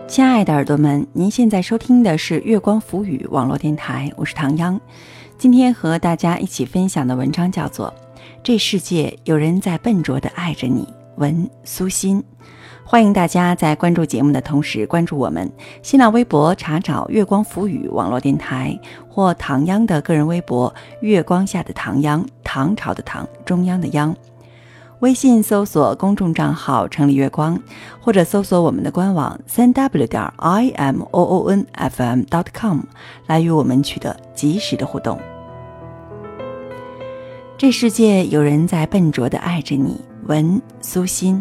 亲爱的耳朵们，您现在收听的是月光浮语网络电台，我是唐央。今天和大家一起分享的文章叫做《这世界有人在笨拙地爱着你》，文苏欣。欢迎大家在关注节目的同时关注我们新浪微博，查找月光浮语网络电台，或唐央的个人微博月光下的唐央，唐朝的唐，中央的央。微信搜索公众账号城里月光，或者搜索我们的官网3w.imoonfm.com 来与我们取得及时的互动。这世界有人在笨拙地爱着你，文苏欣。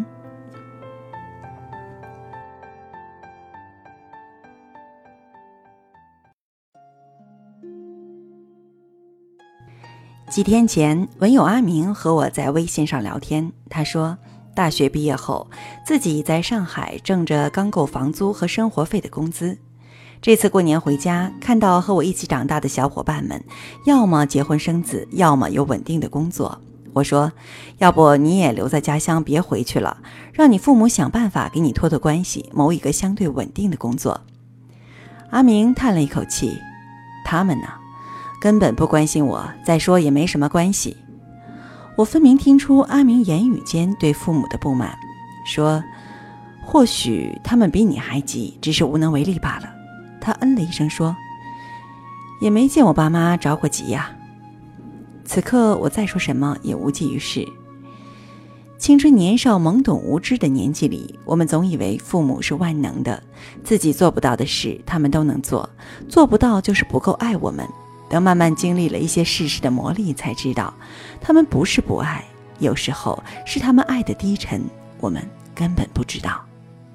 几天前，文友阿明和我在微信上聊天，他说大学毕业后自己在上海挣着刚够房租和生活费的工资，这次过年回家，看到和我一起长大的小伙伴们要么结婚生子，要么有稳定的工作。我说要不你也留在家乡，别回去了，让你父母想办法给你托托关系，谋一个相对稳定的工作。阿明叹了一口气，他们呢根本不关心我，再说也没什么关系。我分明听出阿明言语间对父母的不满，说或许他们比你还急，只是无能为力罢了。他嗯了一声说，也没见我爸妈着过急呀。此刻我再说什么也无济于事。青春年少懵懂无知的年纪里，我们总以为父母是万能的，自己做不到的事他们都能做，做不到就是不够爱我们。等慢慢经历了一些世事的磨砺，才知道他们不是不爱，有时候是他们爱的低沉，我们根本不知道。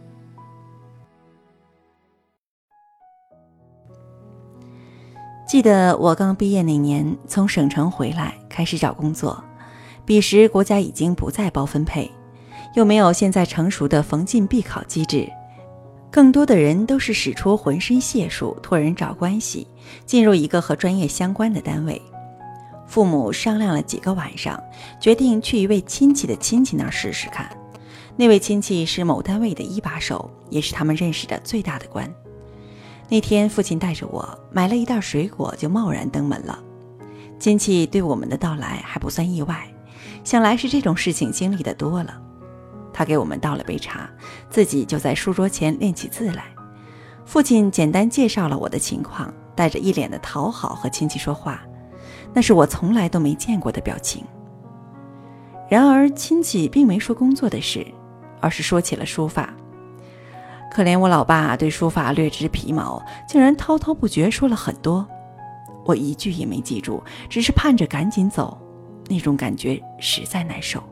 记得我刚毕业那年，从省城回来开始找工作，彼时国家已经不再包分配，又没有现在成熟的逢进必考机制，更多的人都是使出浑身解数，托人找关系，进入一个和专业相关的单位。父母商量了几个晚上，决定去一位亲戚的亲戚那儿试试看。那位亲戚是某单位的一把手，也是他们认识的最大的官。那天父亲带着我买了一袋水果，就贸然登门了。亲戚对我们的到来还不算意外，想来是这种事情经历的多了。他给我们倒了杯茶，自己就在书桌前练起字来。父亲简单介绍了我的情况，带着一脸的讨好和亲戚说话，那是我从来都没见过的表情。然而亲戚并没说工作的事，而是说起了书法。可怜我老爸对书法略知皮毛，竟然滔滔不绝说了很多，我一句也没记住，只是盼着赶紧走，那种感觉实在难受。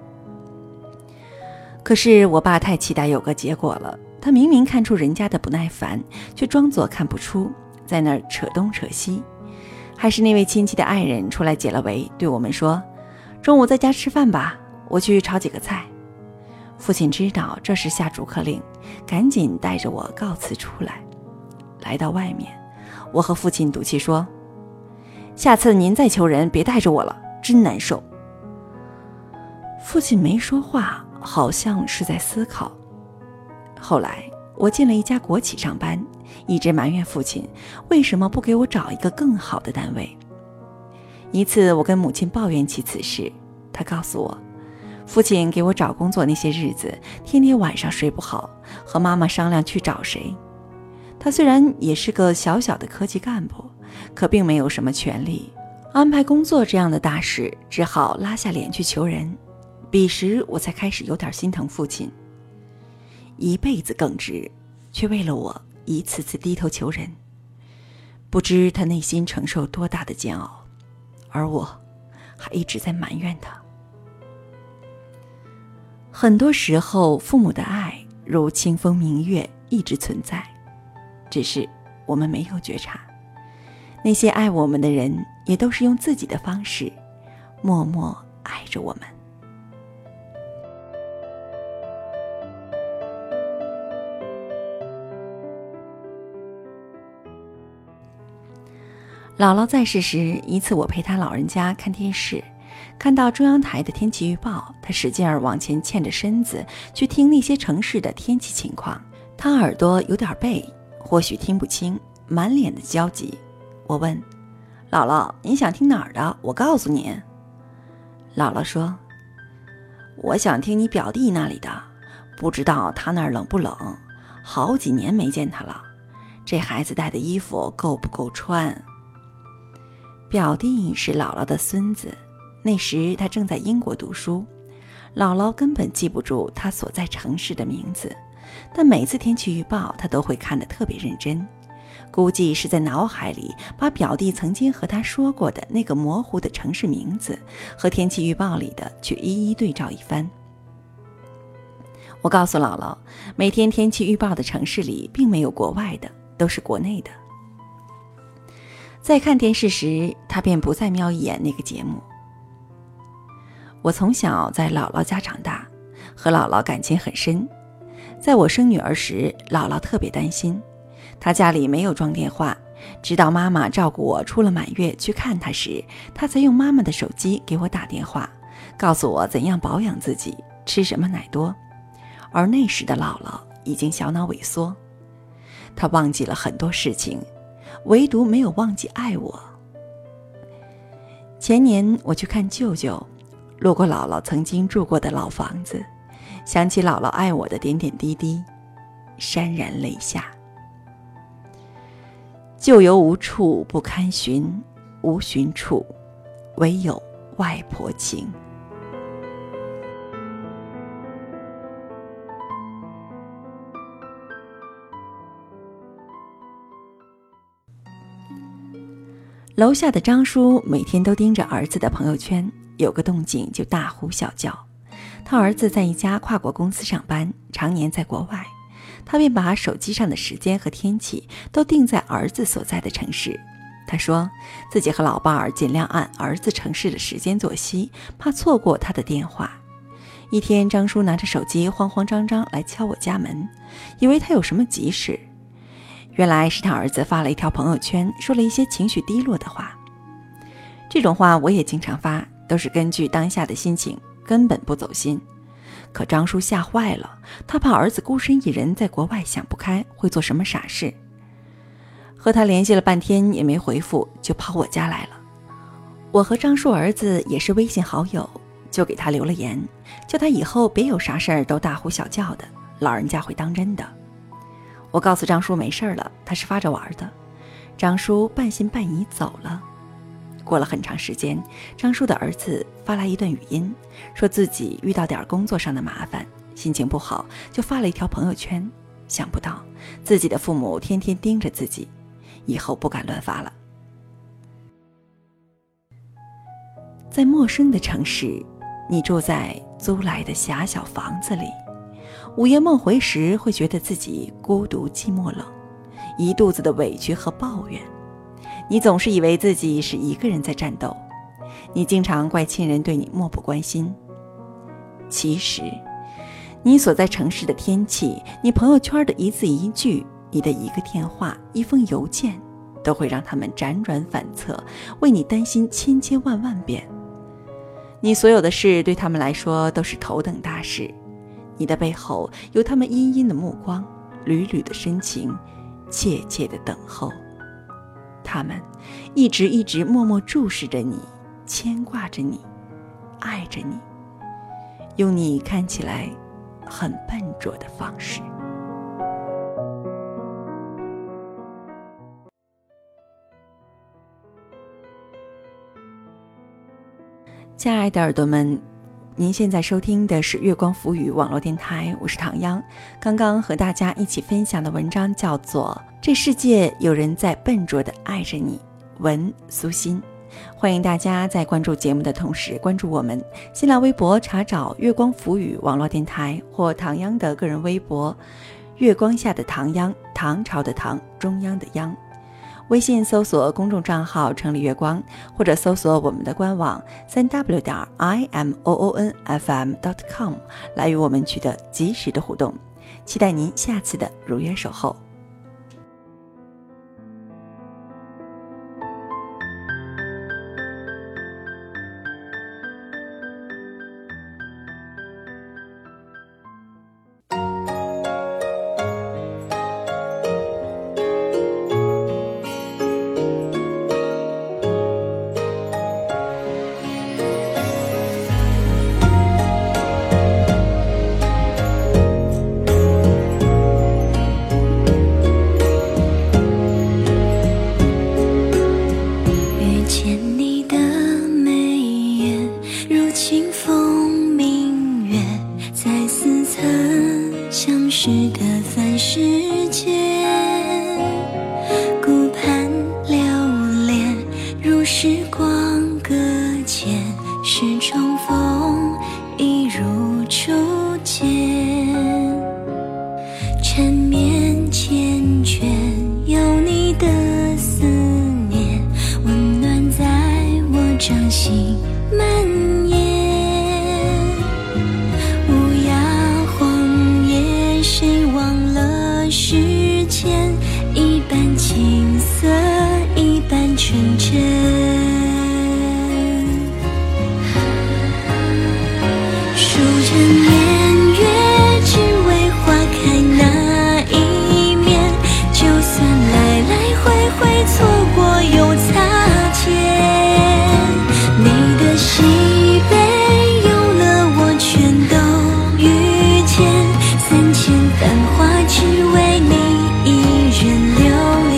可是我爸太期待有个结果了，他明明看出人家的不耐烦，却装作看不出，在那儿扯东扯西。还是那位亲戚的爱人出来解了围，对我们说，中午在家吃饭吧，我去炒几个菜。父亲知道这是下逐客令，赶紧带着我告辞出来。来到外面，我和父亲赌气说，下次您再求人别带着我了，真难受。父亲没说话，好像是在思考。后来我进了一家国企上班，一直埋怨父亲为什么不给我找一个更好的单位。一次我跟母亲抱怨起此事，她告诉我，父亲给我找工作那些日子，天天晚上睡不好，和妈妈商量去找谁。他虽然也是个小小的科级干部，可并没有什么权利安排工作这样的大事，只好拉下脸去求人。彼时我才开始有点心疼父亲，一辈子耿直，却为了我一次次低头求人，不知他内心承受多大的煎熬，而我还一直在埋怨他。很多时候，父母的爱如清风明月，一直存在，只是我们没有觉察。那些爱我们的人，也都是用自己的方式默默爱着我们。姥姥在世时，一次我陪她老人家看电视，看到中央台的天气预报，她使劲儿往前欠着身子去听那些城市的天气情况， 他耳朵有点背，或许听不清，满脸的焦急。我问姥姥，你想听哪儿的？我告诉你。姥姥说，我想听你表弟那里的，不知道他那儿冷不冷，好几年没见他了，这孩子带的衣服够不够穿？表弟是姥姥的孙子，那时他正在英国读书，姥姥根本记不住他所在城市的名字，但每次天气预报他都会看得特别认真，估计是在脑海里把表弟曾经和他说过的那个模糊的城市名字和天气预报里的去一一对照一番。我告诉姥姥，每天天气预报的城市里并没有国外的，都是国内的。在看电视时，他便不再瞄一眼那个节目。我从小在姥姥家长大，和姥姥感情很深。在我生女儿时，姥姥特别担心，她家里没有装电话，直到妈妈照顾我出了满月去看她时，她才用妈妈的手机给我打电话，告诉我怎样保养自己，吃什么奶多。而那时的姥姥已经小脑萎缩，她忘记了很多事情，唯独没有忘记爱我。前年我去看舅舅，路过姥姥曾经住过的老房子，想起姥姥爱我的点点滴滴，潸然泪下。旧游无处不堪寻，无寻处，唯有外婆情。楼下的张叔每天都盯着儿子的朋友圈，有个动静就大呼小叫。他儿子在一家跨国公司上班，常年在国外，他便把手机上的时间和天气都定在儿子所在的城市。他说自己和老伴儿尽量按儿子城市的时间作息，怕错过他的电话。一天，张叔拿着手机慌慌张张来敲我家门，以为他有什么急事，原来是他儿子发了一条朋友圈，说了一些情绪低落的话。这种话我也经常发，都是根据当下的心情，根本不走心。可张叔吓坏了，他怕儿子孤身一人在国外想不开，会做什么傻事。和他联系了半天也没回复，就跑我家来了。我和张叔儿子也是微信好友，就给他留了言，叫他以后别有啥事儿都大呼小叫的，老人家会当真的。我告诉张叔没事了，他是发着玩的。张叔半信半疑走了。过了很长时间，张叔的儿子发来一段语音，说自己遇到点工作上的麻烦，心情不好，就发了一条朋友圈。想不到自己的父母天天盯着自己，以后不敢乱发了。在陌生的城市，你住在租来的狭小房子里，午夜梦回时会觉得自己孤独寂寞冷，一肚子的委屈和抱怨。你总是以为自己是一个人在战斗，你经常怪亲人对你漠不关心。其实你所在城市的天气，你朋友圈的一字一句，你的一个电话，一封邮件，都会让他们辗转反侧，为你担心千千万万遍。你所有的事对他们来说都是头等大事，你的背后有他们阴阴的目光，缕缕的深情，切切的等候。他们一直默默注视着你，牵挂着你，爱着你，用你看起来很笨拙的方式。亲爱的耳朵们，您现在收听的是月光浮语网络电台，我是唐央。刚刚和大家一起分享的文章叫做《这世界有人在笨拙地爱着你》，文苏欣。欢迎大家在关注节目的同时关注我们新浪微博，查找月光浮语网络电台，或唐央的个人微博月光下的唐央，唐朝的唐，中央的央。微信搜索公众账号城里月光，或者搜索我们的官网3w.imoonfm.com 来与我们取得及时的互动。期待您下次的如约守候。 逝的凡世间，顾盼流连，如时光搁浅，是重逢，一如初见。缠绵缱绻，有你的思念，温暖在我掌心蔓延。无涯荒野，谁忘了时间？一半青涩，一半纯真。数着年月，只为花开那一面。就算来来回回，错过又擦肩。你的喜悲，有了我全都遇见。3000繁华，只为你一人留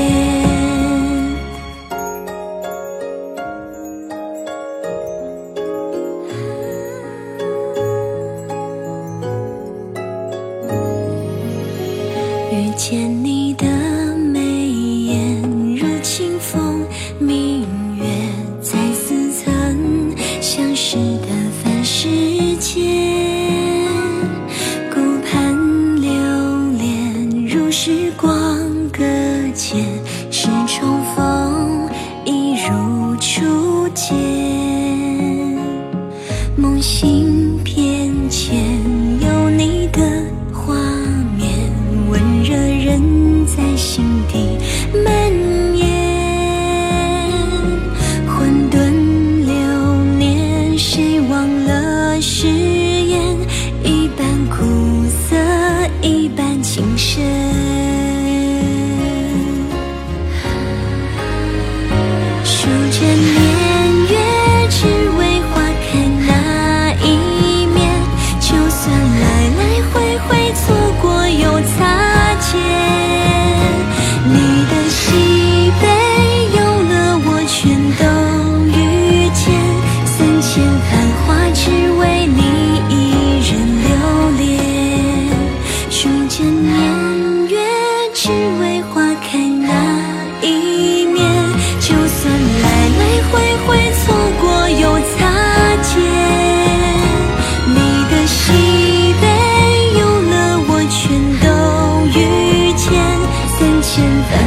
恋。遇见你的眉眼如清风，明月在似曾相识的凡世间。顾盼流连，如时光搁浅，是重逢，一如初见。梦醒片前，有你的画面，温热人在心底蔓延。混沌流年，谁忘了誓言？一半苦涩，一半情深。数着年月，只为花开那一面。就算来来回回，错过又擦肩。你的喜悲，有了我全都遇见。3000繁华，只为你一人留恋。数着年月，只为花开那一面。就算来来回回，错过又擦肩。你的喜悲，有了我全都遇见。3000繁